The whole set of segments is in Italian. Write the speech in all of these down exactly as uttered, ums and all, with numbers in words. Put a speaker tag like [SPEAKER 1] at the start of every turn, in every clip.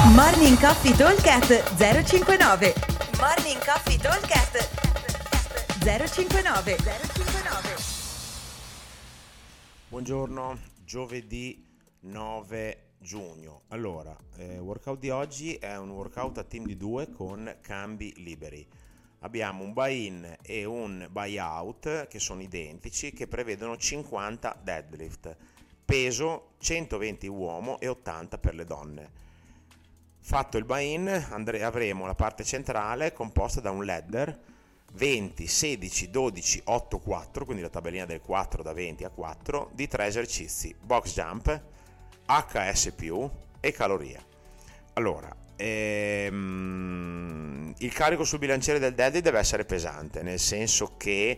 [SPEAKER 1] Morning Coffee Talkcast zero cinquantanove. Morning Coffee Talkcast zero cinquantanove.
[SPEAKER 2] Buongiorno, giovedì nove giugno. Allora, eh, workout di oggi è un workout a team di due con cambi liberi. Abbiamo un buy-in e un buy-out che sono identici, che prevedono cinquanta deadlift, peso centoventi uomo e ottanta per le donne. Fatto il buy-in andre- avremo la parte centrale composta da un ladder venti, sedici, dodici, otto, quattro, quindi la tabellina del quattro da venti a quattro, di tre esercizi: box jump, H S più e calorie. Allora, ehm, il carico sul bilanciere del deadlift deve essere pesante, nel senso che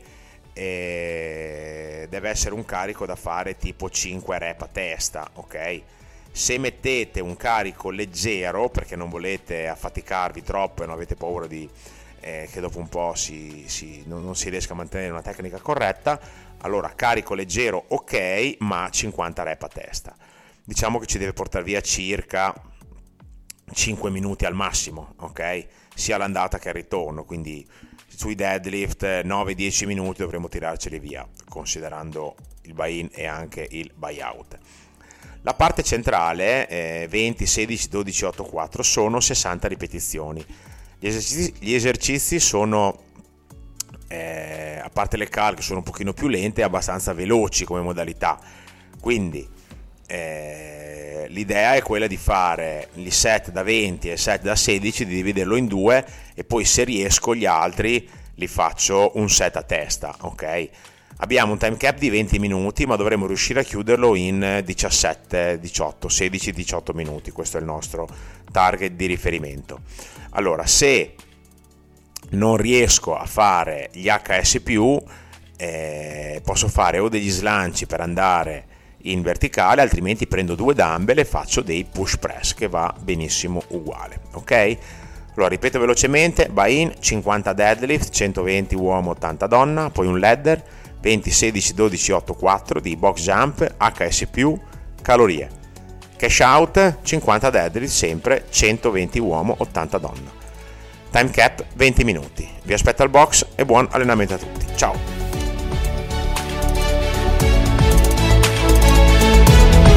[SPEAKER 2] eh, deve essere un carico da fare tipo cinque rep a testa, ok? Se mettete un carico leggero perché non volete affaticarvi troppo e non avete paura di eh, che dopo un po' si, si, non, non si riesca a mantenere una tecnica corretta, allora carico leggero ok, ma cinquanta rep a testa. Diciamo che ci deve portare via circa cinque minuti al massimo, ok? Sia l'andata che il ritorno, quindi sui deadlift nove dieci minuti dovremo tirarceli via, considerando il buy-in e anche il buy-out. La parte centrale, eh, venti, sedici, dodici, otto, quattro, sono sessanta ripetizioni. Gli esercizi, gli esercizi sono, eh, a parte le cal che sono un pochino più lente, abbastanza veloci come modalità. Quindi eh, l'idea è quella di fare il set da venti e il set da sedici, di dividerlo in due, e poi se riesco gli altri li faccio un set a testa, ok? Abbiamo un time cap di venti minuti, ma dovremo riuscire a chiuderlo in diciassette, diciotto, sedici, diciotto minuti. Questo è il nostro target di riferimento. Allora, se non riesco a fare gli H S più, eh, posso fare o degli slanci per andare in verticale, altrimenti prendo due dumbbell e faccio dei push press, che va benissimo uguale, ok? Allora, ripeto velocemente: buy-in cinquanta deadlift, centoventi uomo, ottanta donna, poi un ladder venti, sedici, dodici, otto, quattro di box jump, H S più, calorie. Cash out cinquanta deadlift, sempre centoventi uomo, ottanta donna. Time cap venti minuti. Vi aspetto al box e buon allenamento a tutti. Ciao!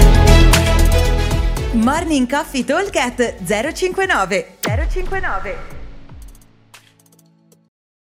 [SPEAKER 1] Morning Coffee Talkcast zero cinquantanove.